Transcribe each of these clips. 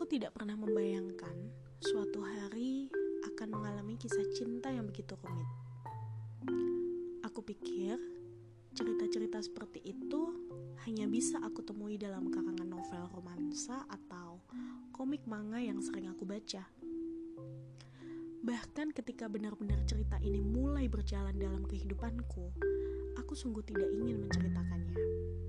tidak pernah membayangkan suatu hari akan mengalami kisah cinta yang begitu rumit. Aku pikir cerita-cerita seperti itu hanya bisa aku temui dalam karangan novel romansa atau komik manga yang sering aku baca. Bahkan ketika benar-benar cerita ini mulai berjalan dalam kehidupanku, aku sungguh tidak ingin menceritakannya.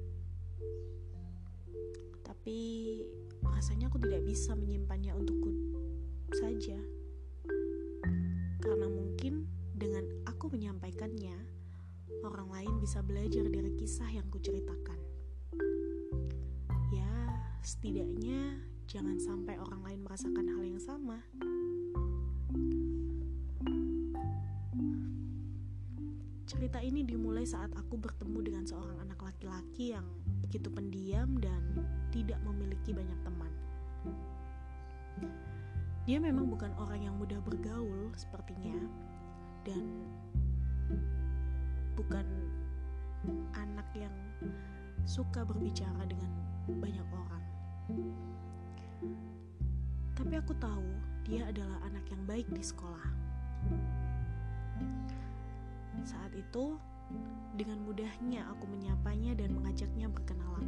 Tapi rasanya aku tidak bisa menyimpannya untukku saja. Karena mungkin dengan aku menyampaikannya, orang lain bisa belajar dari kisah yang kuceritakan. Ya, setidaknya jangan sampai orang lain merasakan hal yang sama. Cerita ini dimulai saat aku bertemu dengan seorang anak laki-laki yang begitu pendiam dan tidak memiliki banyak teman. Dia memang bukan orang yang mudah bergaul sepertinya, dan bukan anak yang suka berbicara dengan banyak orang. Tapi aku tahu dia adalah anak yang baik di sekolah. Saat itu, dengan mudahnya aku menyapanya dan mengajaknya berkenalan.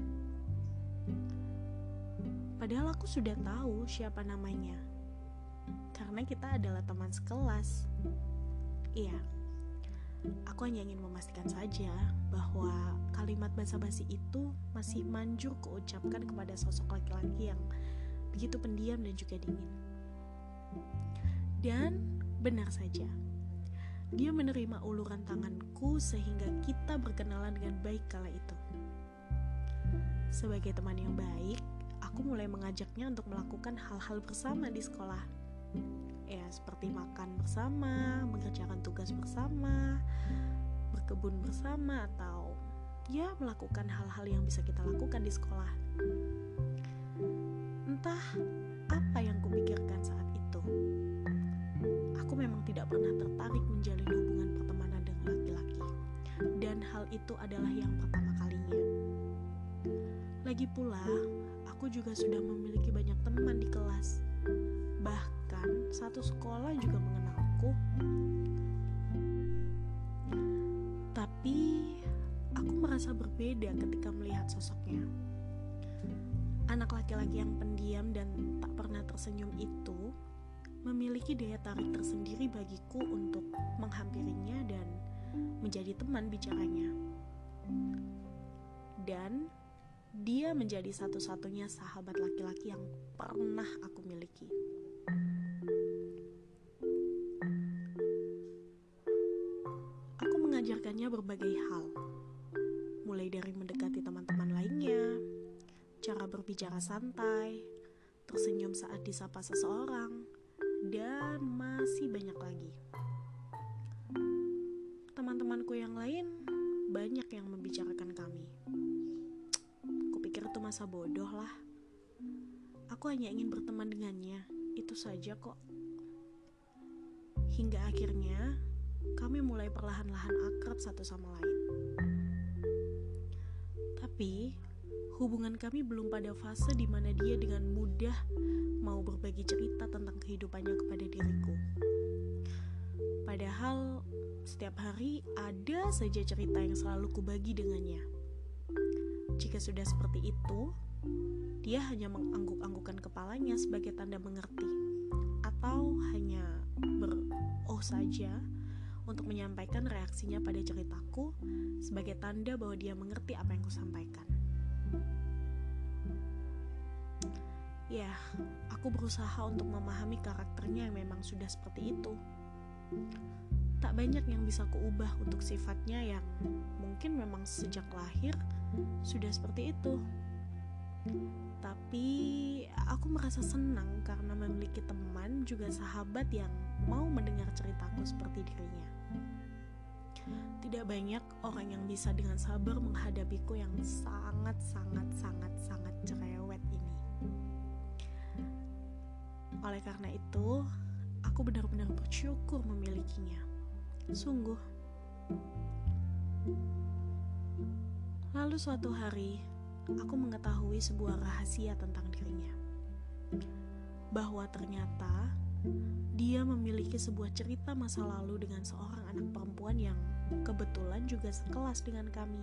Padahal aku sudah tahu siapa namanya, karena kita adalah teman sekelas. Iya, aku hanya ingin memastikan saja bahwa kalimat basa-basi itu masih manjur kuucapkan kepada sosok laki-laki yang begitu pendiam dan juga dingin. Dan benar saja, dia menerima uluran tanganku sehingga kita berkenalan dengan baik kala itu. Sebagai teman yang baik, aku mulai mengajaknya untuk melakukan hal-hal bersama di sekolah. Ya, seperti makan bersama, mengerjakan tugas bersama, berkebun bersama, atau ya melakukan hal-hal yang bisa kita lakukan di sekolah. Entah apa yang kupikirkan saat itu. Aku memang tidak pernah tertarik menjalin hubungan pertemanan dengan laki-laki, dan hal itu adalah yang pertama kalinya. Lagi pula, aku juga sudah memiliki banyak teman di kelas. Bahkan satu sekolah juga mengenalku. Tapi aku merasa berbeda ketika melihat sosoknya. Anak laki-laki yang pendiam dan tak pernah tersenyum itu memiliki daya tarik tersendiri bagiku untuk menghampirinya dan menjadi teman bicaranya. Dan dia menjadi satu-satunya sahabat laki-laki yang pernah aku miliki. Aku mengajarkannya berbagai hal, mulai dari mendekati teman-teman lainnya, cara berbicara santai, tersenyum saat disapa seseorang, dan masih banyak lagi. Teman-temanku yang lain banyak yang membicarakan kami. Kupikir itu masa bodoh lah. Aku hanya ingin berteman dengannya, itu saja kok. Hingga akhirnya kami mulai perlahan-lahan akrab satu sama lain. Tapi hubungan kami belum pada fase di mana dia dengan mudah mau berbagi cerita tentang kehidupannya kepada diriku. Padahal setiap hari ada saja cerita yang selalu kubagi dengannya. Jika sudah seperti itu, dia hanya mengangguk-anggukkan kepalanya sebagai tanda mengerti, atau hanya ber-oh saja untuk menyampaikan reaksinya pada ceritaku sebagai tanda bahwa dia mengerti apa yang kusampaikan. Ya, aku berusaha untuk memahami karakternya yang memang sudah seperti itu. Tak banyak yang bisa kuubah untuk sifatnya yang mungkin memang sejak lahir sudah seperti itu. Tapi aku merasa senang karena memiliki teman juga sahabat yang mau mendengar ceritaku seperti dirinya. Tidak banyak orang yang bisa dengan sabar menghadapiku yang sangat cerewet ini. Oleh karena itu, aku benar-benar bersyukur memilikinya. Sungguh. Lalu suatu hari, aku mengetahui sebuah rahasia tentang dirinya. bahwa ternyata dia memiliki sebuah cerita masa lalu dengan seorang anak perempuan yang kebetulan juga sekelas dengan kami.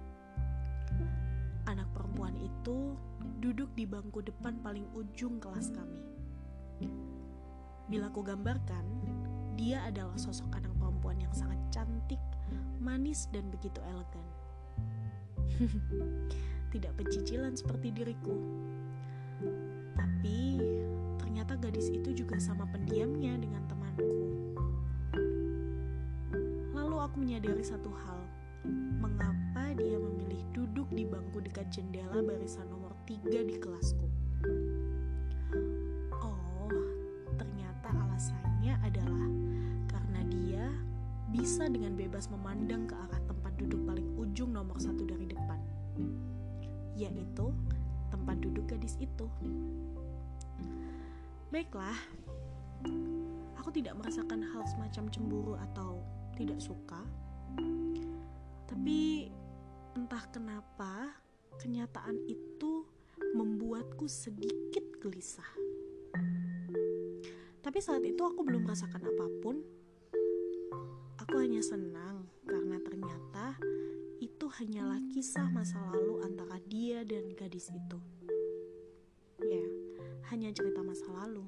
Anak perempuan itu duduk di bangku depan paling ujung kelas kami. Bila ku gambarkan, dia adalah sosok anak perempuan yang sangat cantik, manis, dan begitu elegan. Tidak pecicilan seperti diriku. Tapi ternyata gadis itu juga sama pendiamnya dengan temanku. Lalu aku menyadari satu hal. Mengapa dia memilih duduk di bangku dekat jendela barisan nomor 3 di kelasku? Oh, ternyata alasannya adalah karena dia bisa dengan bebas memandang ke arah tempat duduk paling ujung nomor 1 dari depan, yaitu tempat duduk gadis itu. Baiklah, aku tidak merasakan hal semacam cemburu atau tidak suka. Tapi entah kenapa kenyataan itu membuatku sedikit gelisah. Tapi saat itu aku belum merasakan apapun. Aku hanya senang karena ternyata itu hanyalah kisah masa lalu antara dia dan gadis itu. Ya, hanya cerita masa lalu.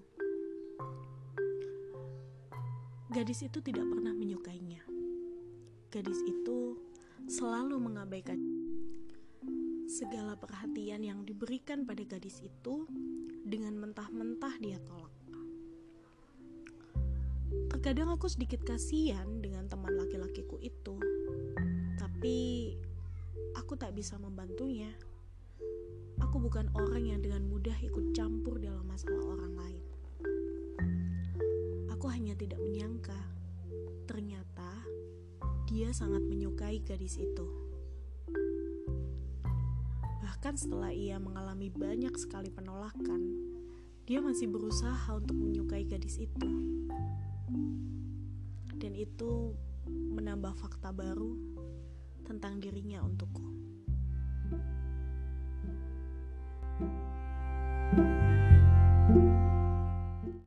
Gadis itu tidak pernah menyukainya. Gadis itu selalu mengabaikan segala perhatian yang diberikan pada gadis itu dengan mentah-mentah dia tolak. Terkadang aku sedikit kasihan dengan teman laki-lakiku itu, tapi aku tak bisa membantunya. Aku bukan orang yang dengan mudah ikut campur dalam masalah orang lain. Aku hanya tidak menyangka, ternyata dia sangat menyukai gadis itu. Bahkan setelah ia mengalami banyak sekali penolakan, dia masih berusaha untuk menyukai gadis itu. Dan itu menambah fakta baru tentang dirinya untukku.